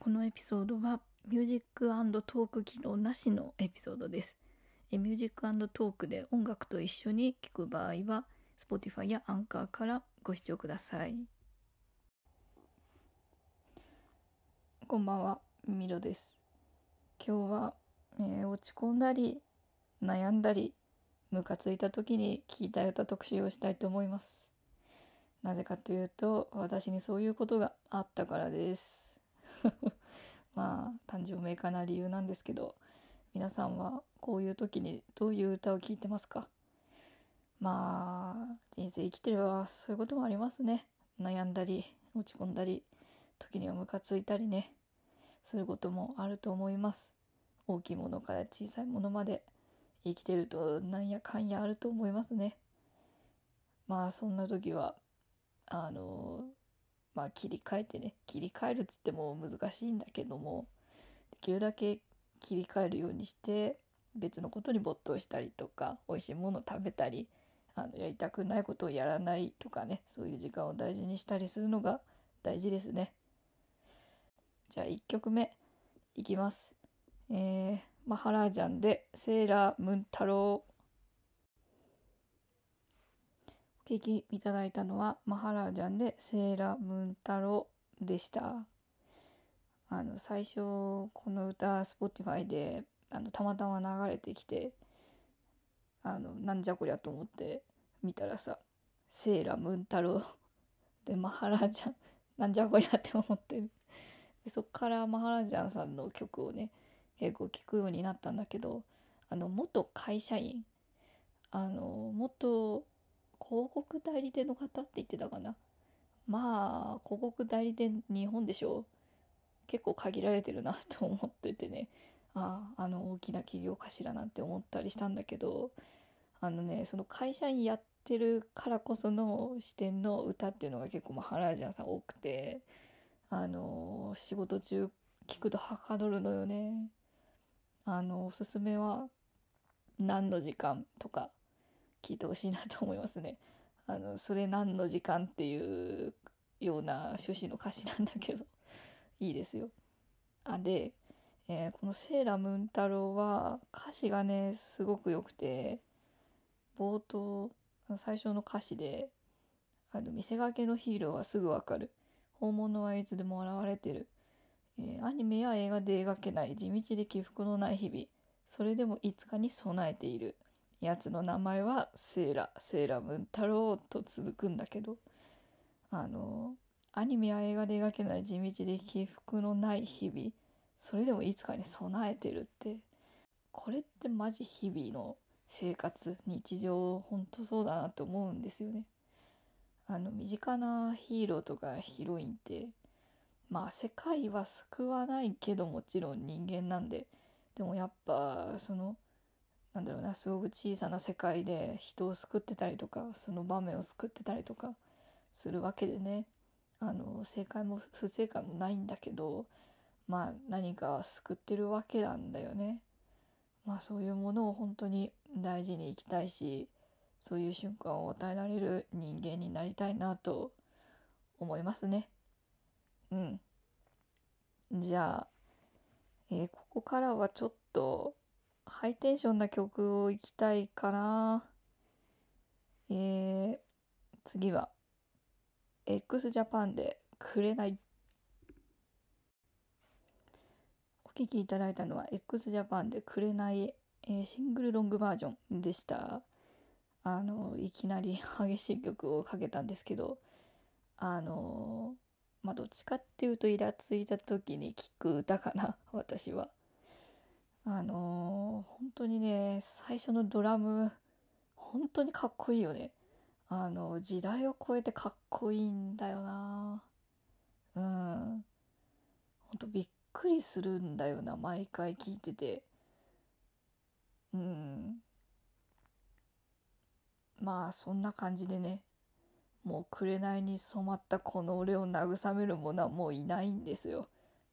このエピソードはミュージック&トーク機能なしのエピソードです。ミュージック&トークで音楽と一緒に聴く場合は Spotify やアンカーからご視聴ください。こんばんは、ミロです。今日は、落ち込んだり悩んだりムカついた時に聴いた歌特集をしたいと思います。なぜかというと、私にそういうことがあったからです。まあ誕生明快な理由なんですけど、皆さんはこういう時にどういう歌を聴いてますか？まあ人生生きてればそういうこともありますね。悩んだり落ち込んだり、時にはムカついたりね、することもあると思います。大きいものから小さいものまで生きてるとなんやかんやあると思いますね。まあそんな時は切り替えるっつっても難しいんだけども、できるだけ切り替えるようにして別のことに没頭したりとか、美味しいものを食べたり、やりたくないことをやらないとかね、そういう時間を大事にしたりするのが大事ですね。じゃあ1曲目いきます。マハラージャンでセーラームーン太郎。お聴きいただいたのはマハラージャンでセーラームーン太郎でした。最初この歌 Spotify でたまたま流れてきて、なんじゃこりゃと思って見たらさ、セーラームーン太郎でマハラージャン、なんじゃこりゃって思ってる。でそっからマハラージャンさんの曲をね結構聴くようになったんだけど、元会社員、元広告代理店の方って言ってたかな。まあ広告代理店日本でしょ、結構限られてるなと思っててね、大きな企業かしらなんて思ったりしたんだけど、その会社員やってるからこその視点の歌っていうのが結構マハラージャンさん多くて、仕事中聞くとはかどるのよね。おすすめは何の時間とか聞いてほしいなと思いますね。それ何の時間っていうような趣旨の歌詞なんだけどいいですよ。で、このセーラームーン太郎は歌詞がねすごく良くて、冒頭最初の歌詞で見せかけのヒーローはすぐわかる、本物はいつでも現れてる、アニメや映画で描けない地道で起伏のない日々、それでもいつかに備えている、やつの名前はセーラームーン太郎と続くんだけど、アニメや映画で描けない地道で起伏のない日々、それでもいつかに備えてるって、これってマジ日々の生活日常ほんとそうだなと思うんですよね。身近なヒーローとかヒロインって世界は救わないけどもちろん人間なんで、でもやっぱなんだろうな、すごく小さな世界で人を救ってたりとか、その場面を救ってたりとかするわけでね、正解も不正解もないんだけど、何か救ってるわけなんだよね。そういうものを本当に大事に生きたいし、そういう瞬間を与えられる人間になりたいなと思いますね。じゃあ、ここからはちょっとハイテンションな曲をいきたいかな。次は x ジャパンでくれない。お聴きいただいたのは x ジャパンでくれない、シングルロングバージョンでした。いきなり激しい曲をかけたんですけど、どっちかっていうとイラついた時に聴く歌かな私は。本当にね、最初のドラム本当にかっこいいよね。時代を超えてかっこいいんだよな。本当びっくりするんだよな、毎回聴いてて。そんな感じでね、もう紅に染まったこの俺を慰める者はもういないんですよ。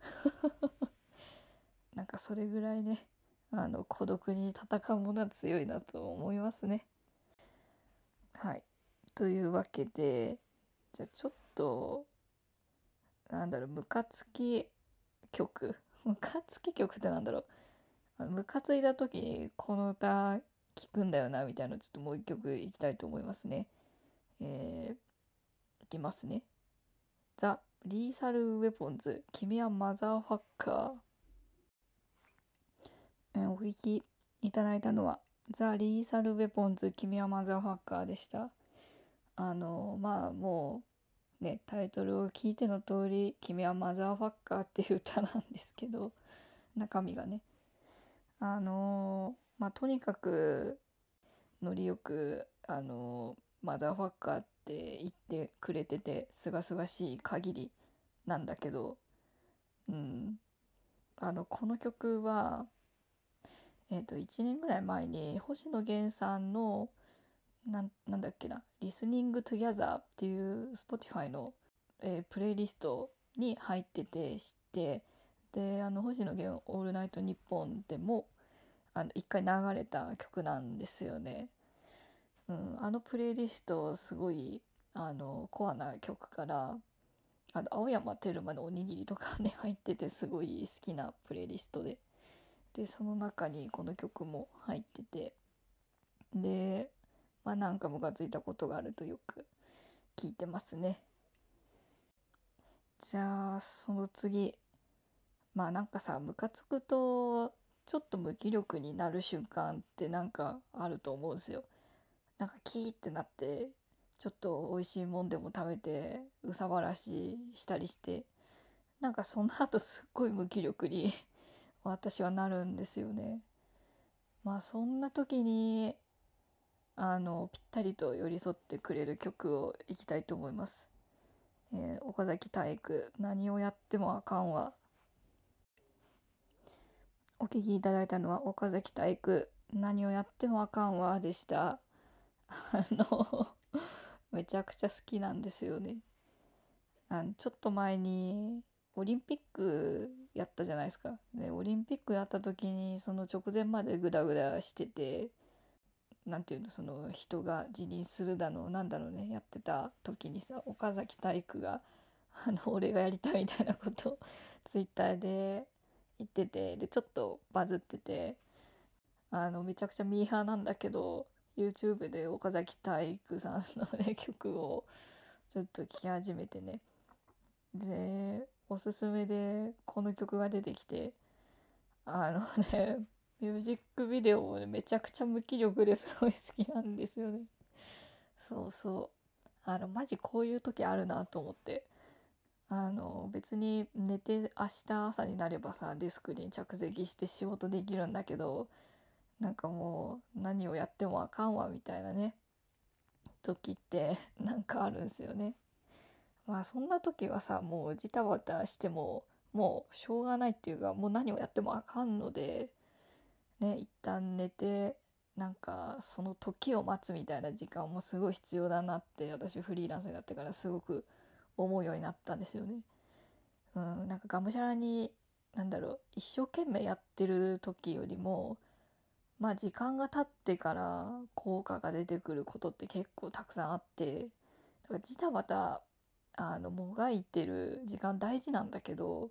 なんかそれぐらいね、孤独に戦う者は強いなと思いますね。はい。というわけで、じゃあちょっとムカつき曲、ムカつき曲ってなんだろう、ムカついた時にこの歌聞くんだよなみたいなのちょっともう一曲いきたいと思いますね。いきますね。ザ・リーサル・ウェポンズ、君はマザーファッカー。お聞きいただいたのはザ・リーサル・ウェポンズ、君はマザーファッカーでした。まあもうね、タイトルを聞いての通り、君はマザーファッカーっていう歌なんですけど、中身がね、まあとにかくノリよくマザーファッカーって言ってくれててすがすがしい限りなんだけど、うん、この曲は1年ぐらい前に星野源さんのなんだっけな、リスニングトゥギャザーっていう Spotify の、プレイリストに入ってて知って、で星野源オールナイトニッポンでも一回流れた曲なんですよね。プレイリストすごいコアな曲から、青山テルマのおにぎりとかね入っててすごい好きなプレイリストでその中にこの曲も入ってて、でまあなんかムカついたことがあるとよく聞いてますね。じゃあその次、まあなんかさ、ムカつくとちょっと無気力になる瞬間ってなんかあると思うんですよ。なんかキーってなってちょっと美味しいもんでも食べて憂さ晴らししたりして、なんかその後すっごい無気力に私はなるんですよね。まあそんな時にぴったりと寄り添ってくれる曲をいきたいと思います。岡崎体育、何をやってもあかんわ。お聴きいただいたのは岡崎体育、何をやってもあかんわでした。めちゃくちゃ好きなんですよね。ちょっと前にオリンピックやったじゃないですか。で、オリンピックやった時にその直前までグダグダしてて、なんていうの、その人が辞任するだのなんだろうね、やってた時にさ、岡崎体育が俺がやりたいみたいなことをツイッターで言ってて、でちょっとバズってて、めちゃくちゃミーハーなんだけど YouTube で岡崎体育さんのね曲をちょっと聴き始めてね、でおすすめでこの曲が出てきて、あのねミュージックビデオもねめちゃくちゃ無気力ですごい好きなんですよね。そうそう、マジこういう時あるなと思って、別に寝て明日朝になればさデスクに着席して仕事できるんだけど、なんかもう何をやってもあかんわみたいなね時ってなんかあるんですよね。まあそんな時はさ、もうジタバタしてももうしょうがないっていうか、もう何をやってもあかんのでね、一旦寝て、なんかその時を待つみたいな時間もすごい必要だなって私フリーランスになってからすごく思うようになったんですよね。なんかがむしゃらになんだろう、一生懸命やってる時よりも、まあ時間が経ってから効果が出てくることって結構たくさんあって、だからジタバタもがいてる時間大事なんだけど、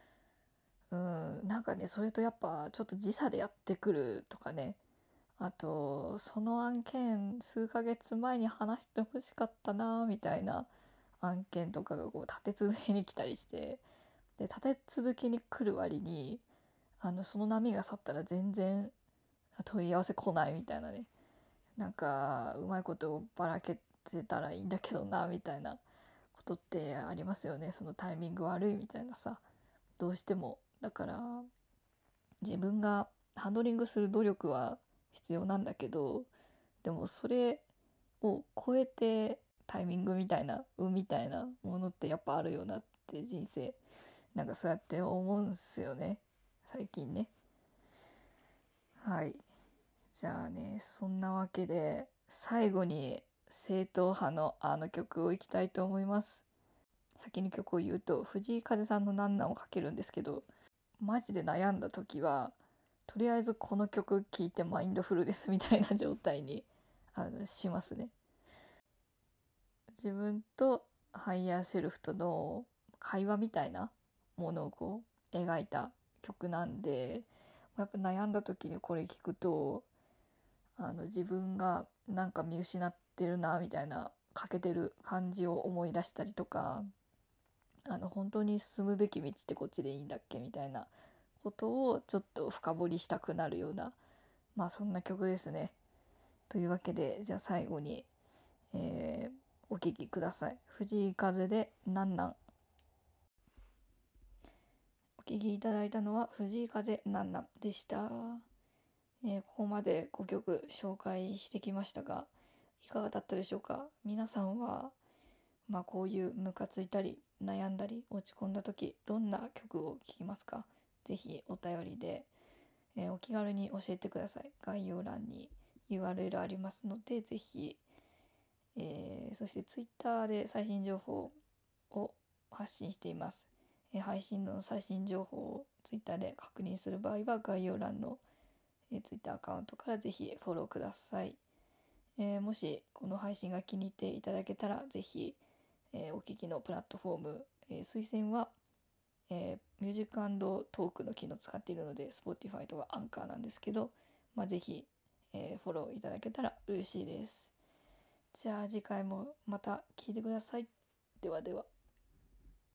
なんかね、それとやっぱちょっと時差でやってくるとかね、あとその案件数ヶ月前に話してほしかったなみたいな案件とかがこう立て続けに来たりして、で立て続けに来る割にその波が去ったら全然問い合わせ来ないみたいなね、なんかうまいことばらけてたらいいんだけどなみたいなことってありますよね。そのタイミング悪いみたいなさ、どうしてもだから自分がハンドリングする努力は必要なんだけど、でもそれを超えてタイミングみたいな運みたいなものってやっぱあるよなって人生、なんかそうやって思うんすよね、最近ね。はい、じゃあね、そんなわけで最後に正統派のあの曲をいきたいと思います。先に曲を言うと藤井風さんの「なんなん」をかけるんですけど、マジで悩んだ時はとりあえずこの曲聴いてマインドフルですみたいな状態にしますね。自分とハイヤーセルフとの会話みたいなものをこ描いた曲なんで、やっぱ悩んだ時にこれ聞くと自分がなんか見失ってるなみたいな欠けてる感じを思い出したりとか、本当に進むべき道ってこっちでいいんだっけみたいなことをちょっと深掘りしたくなるような、まあそんな曲ですね。というわけで、じゃあ最後に、お聴きください。藤井風でなんなん。お聴きいただいたのは藤井風なんなんでした。ここまで5曲紹介してきましたが、いかがだったでしょうか。皆さんは、こういうムカついたり悩んだり落ち込んだ時、どんな曲を聴きますか。ぜひお便りで、お気軽に教えてください。概要欄に URL ありますので、ぜひ、そして Twitter で最新情報を発信しています。配信の最新情報を Twitter で確認する場合は概要欄の、Twitter アカウントからぜひフォローください。もしこの配信が気に入っていただけたらぜひ、お聞きのプラットフォーム、推薦は、ミュージック&トークの機能を使っているので Spotify とかアンカーなんですけど、ぜひ、フォローいただけたら嬉しいです。じゃあ次回もまた聞いてください。ではでは。